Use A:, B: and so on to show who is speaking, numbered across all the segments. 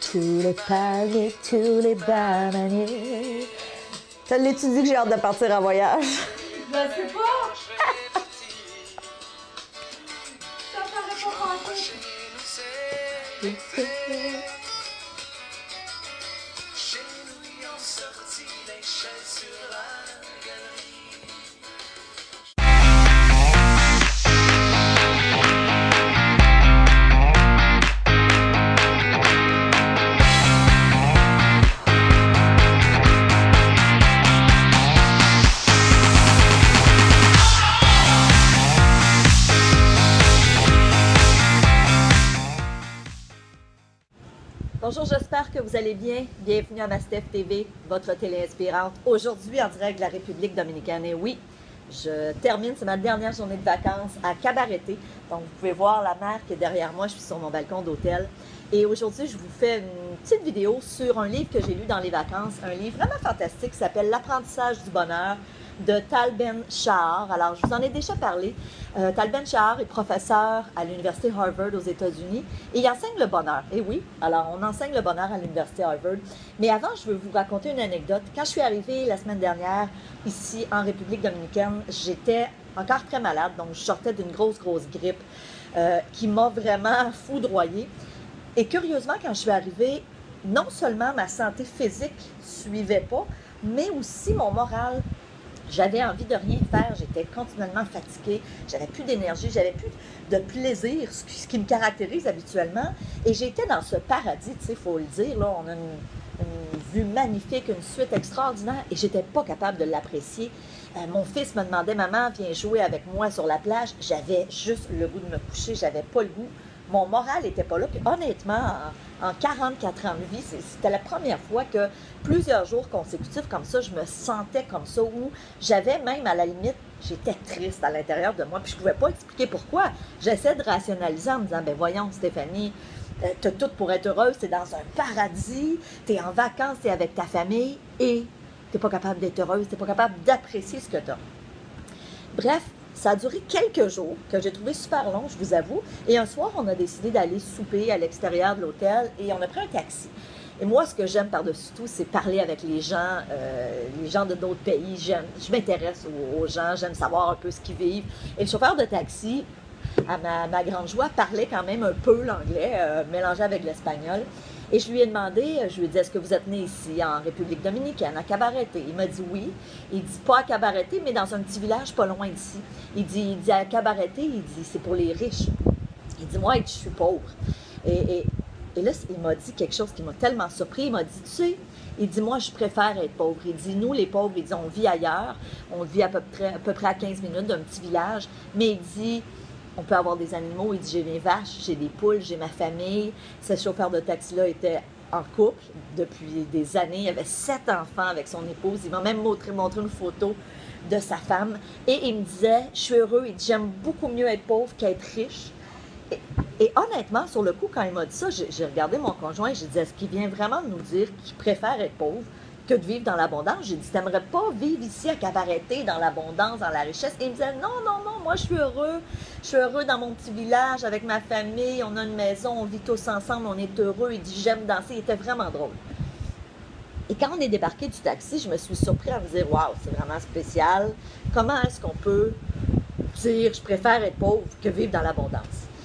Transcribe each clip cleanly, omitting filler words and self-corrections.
A: tous les palmiers, tous les bananiers. Ça l'étudie que j'ai hâte de partir en voyage.
B: Je sais pas! Ça paraît pas passer.
A: Bonjour, j'espère que vous allez bien. Bienvenue à Mastef TV, votre télé inspirante. Aujourd'hui, en direct de la République dominicaine. Et oui, je termine, c'est ma dernière journée de vacances à Cabarete. Donc, vous pouvez voir la mer qui est derrière moi. Je suis sur mon balcon d'hôtel. Et aujourd'hui, je vous fais une petite vidéo sur un livre que j'ai lu dans les vacances. Un livre vraiment fantastique qui s'appelle L'apprentissage du bonheur de Tal Ben-Shahar. Alors, je vous en ai déjà parlé. Tal Ben-Shahar est professeur à l'Université Harvard aux États-Unis et il enseigne le bonheur. Et oui, alors on enseigne le bonheur à l'Université Harvard. Mais avant, je veux vous raconter une anecdote. Quand je suis arrivée la semaine dernière ici en République dominicaine, j'étais encore très malade. Donc, je sortais d'une grosse grippe qui m'a vraiment foudroyée. Et curieusement, quand je suis arrivée, non seulement ma santé physique ne suivait pas, mais aussi mon moral. J'avais envie de rien faire, j'étais continuellement fatiguée, j'avais plus d'énergie, j'avais plus de plaisir, ce qui me caractérise habituellement. Et j'étais dans ce paradis, tu sais, il faut le dire, là, on a une vue magnifique, une suite extraordinaire, et j'étais pas capable de l'apprécier. Mon fils me demandait, maman, viens jouer avec moi sur la plage. J'avais juste le goût de me coucher, j'avais pas le goût. Mon moral n'était pas là. Puis honnêtement, en 44 ans de vie, c'était la première fois que plusieurs jours consécutifs comme ça, je me sentais comme ça, où j'avais même à la limite, j'étais triste à l'intérieur de moi, puis je ne pouvais pas expliquer pourquoi. J'essaie de rationaliser en me disant, ben voyons Stéphanie, t'as tout pour être heureuse, t'es dans un paradis, t'es en vacances, t'es avec ta famille, et t'es pas capable d'être heureuse, t'es pas capable d'apprécier ce que t'as. Bref, ça a duré quelques jours, que j'ai trouvé super long, je vous avoue. Et un soir, on a décidé d'aller souper à l'extérieur de l'hôtel et on a pris un taxi. Et moi, ce que j'aime par-dessus tout, c'est parler avec les gens de d'autres pays. Je m'intéresse aux gens, j'aime savoir un peu ce qu'ils vivent. Et le chauffeur de taxi, à ma grande joie, parlait quand même un peu l'anglais, mélangé avec l'espagnol. Et je lui ai demandé, je lui ai dit, est-ce que vous êtes né ici, en République dominicaine, à Cabarete? Il m'a dit oui. Il dit, pas à Cabarete, mais dans un petit village pas loin d'ici. Il dit à Cabarete, il dit, c'est pour les riches. Il dit, moi, je suis pauvre. Et là, il m'a dit quelque chose qui m'a tellement surpris. Il m'a dit, tu sais, il dit, moi, je préfère être pauvre. Il dit, nous, les pauvres, il dit, on vit ailleurs. On vit à peu près à 15 minutes d'un petit village. Mais il dit, on peut avoir des animaux. Il dit, j'ai mes vaches, j'ai des poules, j'ai ma famille. Ce chauffeur de taxi-là était en couple depuis des années. Il avait 7 enfants avec son épouse. Il m'a même montré une photo de sa femme. Et il me disait, je suis heureux. Il dit, j'aime beaucoup mieux être pauvre qu'être riche. Et honnêtement, sur le coup, quand il m'a dit ça, j'ai regardé mon conjoint et j'ai dit, est-ce qu'il vient vraiment de nous dire qu'il préfère être pauvre que de vivre dans l'abondance? J'ai dit, t'aimerais pas vivre ici à Cabarete, dans l'abondance, dans la richesse? Et il me disait, non, moi je suis heureux dans mon petit village avec ma famille, on a une maison, on vit tous ensemble, on est heureux. Il dit, j'aime danser. Il était vraiment drôle. Et quand on est débarqué du taxi, je me suis surpris à me dire, waouh, c'est vraiment spécial. Comment est-ce qu'on peut dire, je préfère être pauvre que vivre dans l'abondance?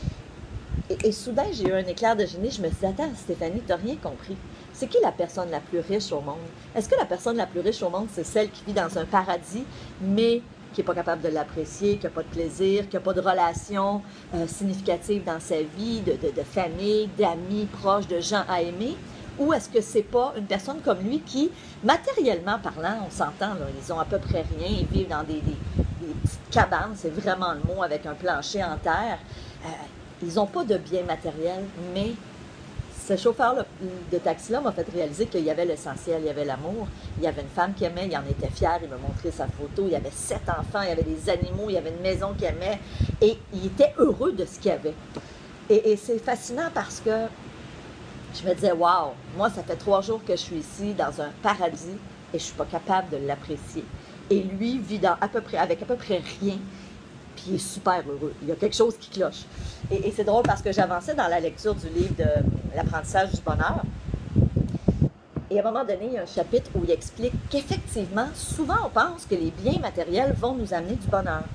A: Et soudain, j'ai eu un éclair de génie. Je me suis dit, attends, Stéphanie, tu n'as rien compris. C'est qui la personne la plus riche au monde? Est-ce que la personne la plus riche au monde, c'est celle qui vit dans un paradis, mais qui n'est pas capable de l'apprécier, qui n'a pas de plaisir, qui n'a pas de relation significative dans sa vie, de famille, d'amis proches, de gens à aimer? Ou est-ce que c'est pas une personne comme lui qui, matériellement parlant, on s'entend, là, ils ont à peu près rien, ils vivent dans des petites cabanes, c'est vraiment le mot, avec un plancher en terre. Ils n'ont pas de biens matériels, mais ce chauffeur de taxi-là m'a fait réaliser qu'il y avait l'essentiel, il y avait l'amour, il y avait une femme qu'il aimait, il en était fier, il m'a montré sa photo, il y avait 7 enfants, il y avait des animaux, il y avait une maison qu'il aimait, et il était heureux de ce qu'il avait. Et c'est fascinant parce que je me disais, waouh, moi ça fait 3 jours que je suis ici dans un paradis et je ne suis pas capable de l'apprécier. Et lui vit avec à peu près rien. Puis il est super heureux. Il y a quelque chose qui cloche. Et c'est drôle parce que j'avançais dans la lecture du livre de l'apprentissage du bonheur. Et à un moment donné, il y a un chapitre où il explique qu'effectivement, souvent on pense que les biens matériels vont nous amener du bonheur.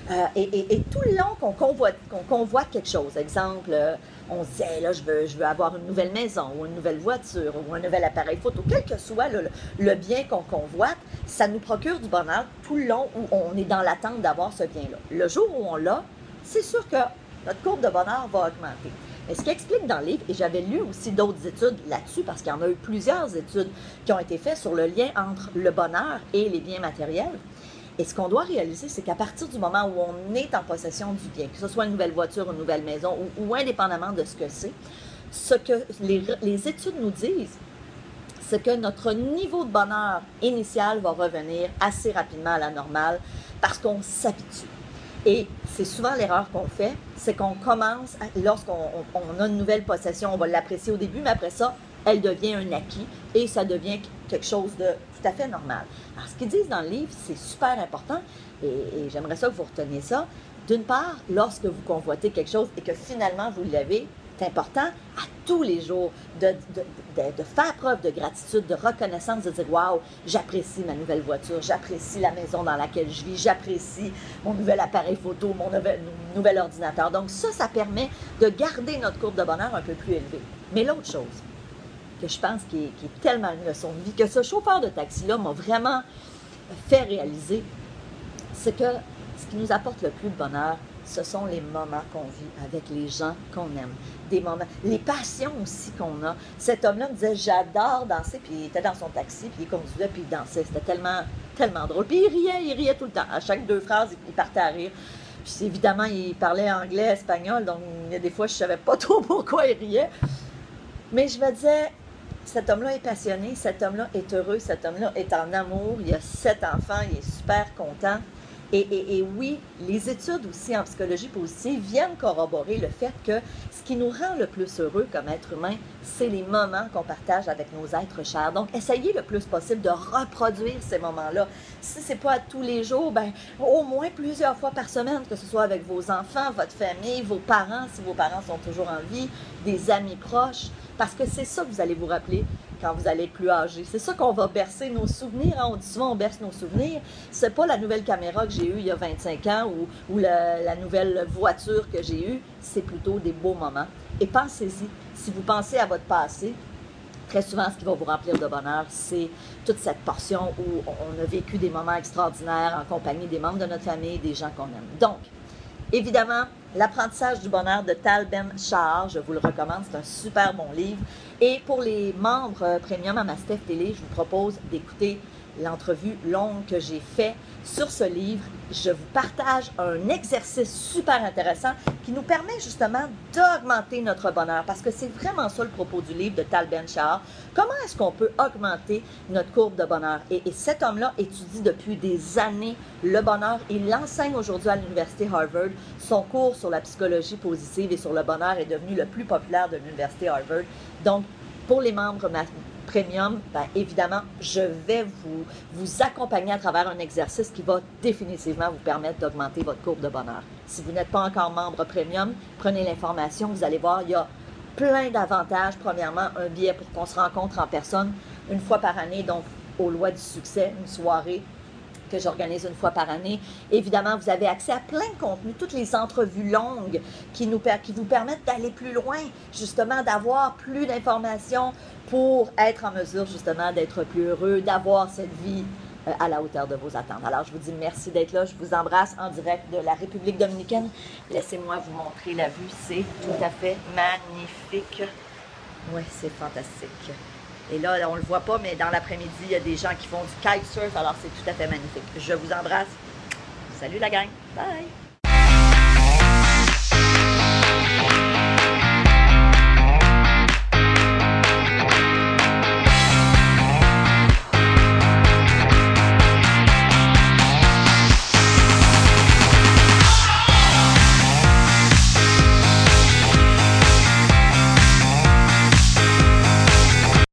A: Et tout le long qu'on convoite quelque chose, exemple, on se dit, hey, là, je veux avoir une nouvelle maison ou une nouvelle voiture ou un nouvel appareil photo, quel que soit le bien qu'on convoite, ça nous procure du bonheur tout le long où on est dans l'attente d'avoir ce bien-là. Le jour où on l'a, c'est sûr que notre courbe de bonheur va augmenter. Mais ce qu'il explique dans le livre, et j'avais lu aussi d'autres études là-dessus, parce qu'il y en a eu plusieurs études qui ont été faites sur le lien entre le bonheur et les biens matériels. Et ce qu'on doit réaliser, c'est qu'à partir du moment où on est en possession du bien, que ce soit une nouvelle voiture, une nouvelle maison, ou indépendamment de ce que c'est, ce que les études nous disent, c'est que notre niveau de bonheur initial va revenir assez rapidement à la normale parce qu'on s'habitue. Et c'est souvent l'erreur qu'on fait, c'est qu'on commence, lorsqu'on a une nouvelle possession, on va l'apprécier au début, mais après ça, elle devient un acquis et ça devient quelque chose de tout à fait normal. Alors, ce qu'ils disent dans le livre, c'est super important et j'aimerais ça que vous reteniez ça. D'une part, lorsque vous convoitez quelque chose et que finalement vous l'avez, c'est important à tous les jours de faire preuve de gratitude, de reconnaissance, de dire « Wow, j'apprécie ma nouvelle voiture, j'apprécie la maison dans laquelle je vis, j'apprécie mon nouvel appareil photo, mon nouvel ordinateur. » Donc ça permet de garder notre courbe de bonheur un peu plus élevée. Mais l'autre chose que je pense qui est tellement une leçon de vie, que ce chauffeur de taxi-là m'a vraiment fait réaliser, c'est que ce qui nous apporte le plus de bonheur, ce sont les moments qu'on vit avec les gens qu'on aime. Des moments, les passions aussi qu'on a. Cet homme-là me disait, j'adore danser, puis il était dans son taxi, puis il conduisait, puis il dansait. C'était tellement, tellement drôle. Puis il riait tout le temps. À chaque 2 phrases, il partait à rire. Puis évidemment, il parlait anglais, espagnol, donc il y a des fois, je ne savais pas trop pourquoi il riait. Mais je me disais, cet homme-là est passionné, cet homme-là est heureux, cet homme-là est en amour, il a 7 enfants, il est super content. Et oui, les études aussi en psychologie positive viennent corroborer le fait que ce qui nous rend le plus heureux comme être humain, c'est les moments qu'on partage avec nos êtres chers. Donc, essayez le plus possible de reproduire ces moments-là. Si ce n'est pas à tous les jours, ben, au moins plusieurs fois par semaine, que ce soit avec vos enfants, votre famille, vos parents, si vos parents sont toujours en vie, des amis proches, parce que c'est ça que vous allez vous rappeler quand vous allez être plus âgé. C'est ça qu'on va bercer nos souvenirs. Hein? On dit souvent on berce nos souvenirs. C'est pas la nouvelle caméra que j'ai eue il y a 25 ans ou la nouvelle voiture que j'ai eue. C'est plutôt des beaux moments. Et pensez-y. Si vous pensez à votre passé, très souvent, ce qui va vous remplir de bonheur, c'est toute cette portion où on a vécu des moments extraordinaires en compagnie des membres de notre famille, des gens qu'on aime. Donc, évidemment, L'apprentissage du bonheur de Tal Ben-Shahar, je vous le recommande, c'est un super bon livre. Et pour les membres premium à Mastef Télé, je vous propose d'écouter l'entrevue longue que j'ai faite sur ce livre. Je vous partage un exercice super intéressant qui nous permet justement d'augmenter notre bonheur, parce que c'est vraiment ça le propos du livre de Tal Ben-Shahar. Comment est-ce qu'on peut augmenter notre courbe de bonheur? Et cet homme-là étudie depuis des années le bonheur. Il l'enseigne aujourd'hui à l'université Harvard. Son cours sur la psychologie positive et sur le bonheur est devenu le plus populaire de l'université Harvard. Donc, pour les membres premium, bien évidemment, je vais vous accompagner à travers un exercice qui va définitivement vous permettre d'augmenter votre courbe de bonheur. Si vous n'êtes pas encore membre premium, prenez l'information, vous allez voir, il y a plein d'avantages. Premièrement, un billet pour qu'on se rencontre en personne une fois par année, donc aux lois du succès, une soirée que j'organise une fois par année. Évidemment, vous avez accès à plein de contenus, toutes les entrevues longues qui vous permettent d'aller plus loin, justement, d'avoir plus d'informations pour être en mesure, justement, d'être plus heureux, d'avoir cette vie à la hauteur de vos attentes. Alors, je vous dis merci d'être là. Je vous embrasse en direct de la République dominicaine. Laissez-moi vous montrer la vue. C'est tout à fait magnifique. Oui, c'est fantastique. Et là, on ne le voit pas, mais dans l'après-midi, il y a des gens qui font du kitesurf, alors c'est tout à fait magnifique. Je vous embrasse. Salut la gang. Bye!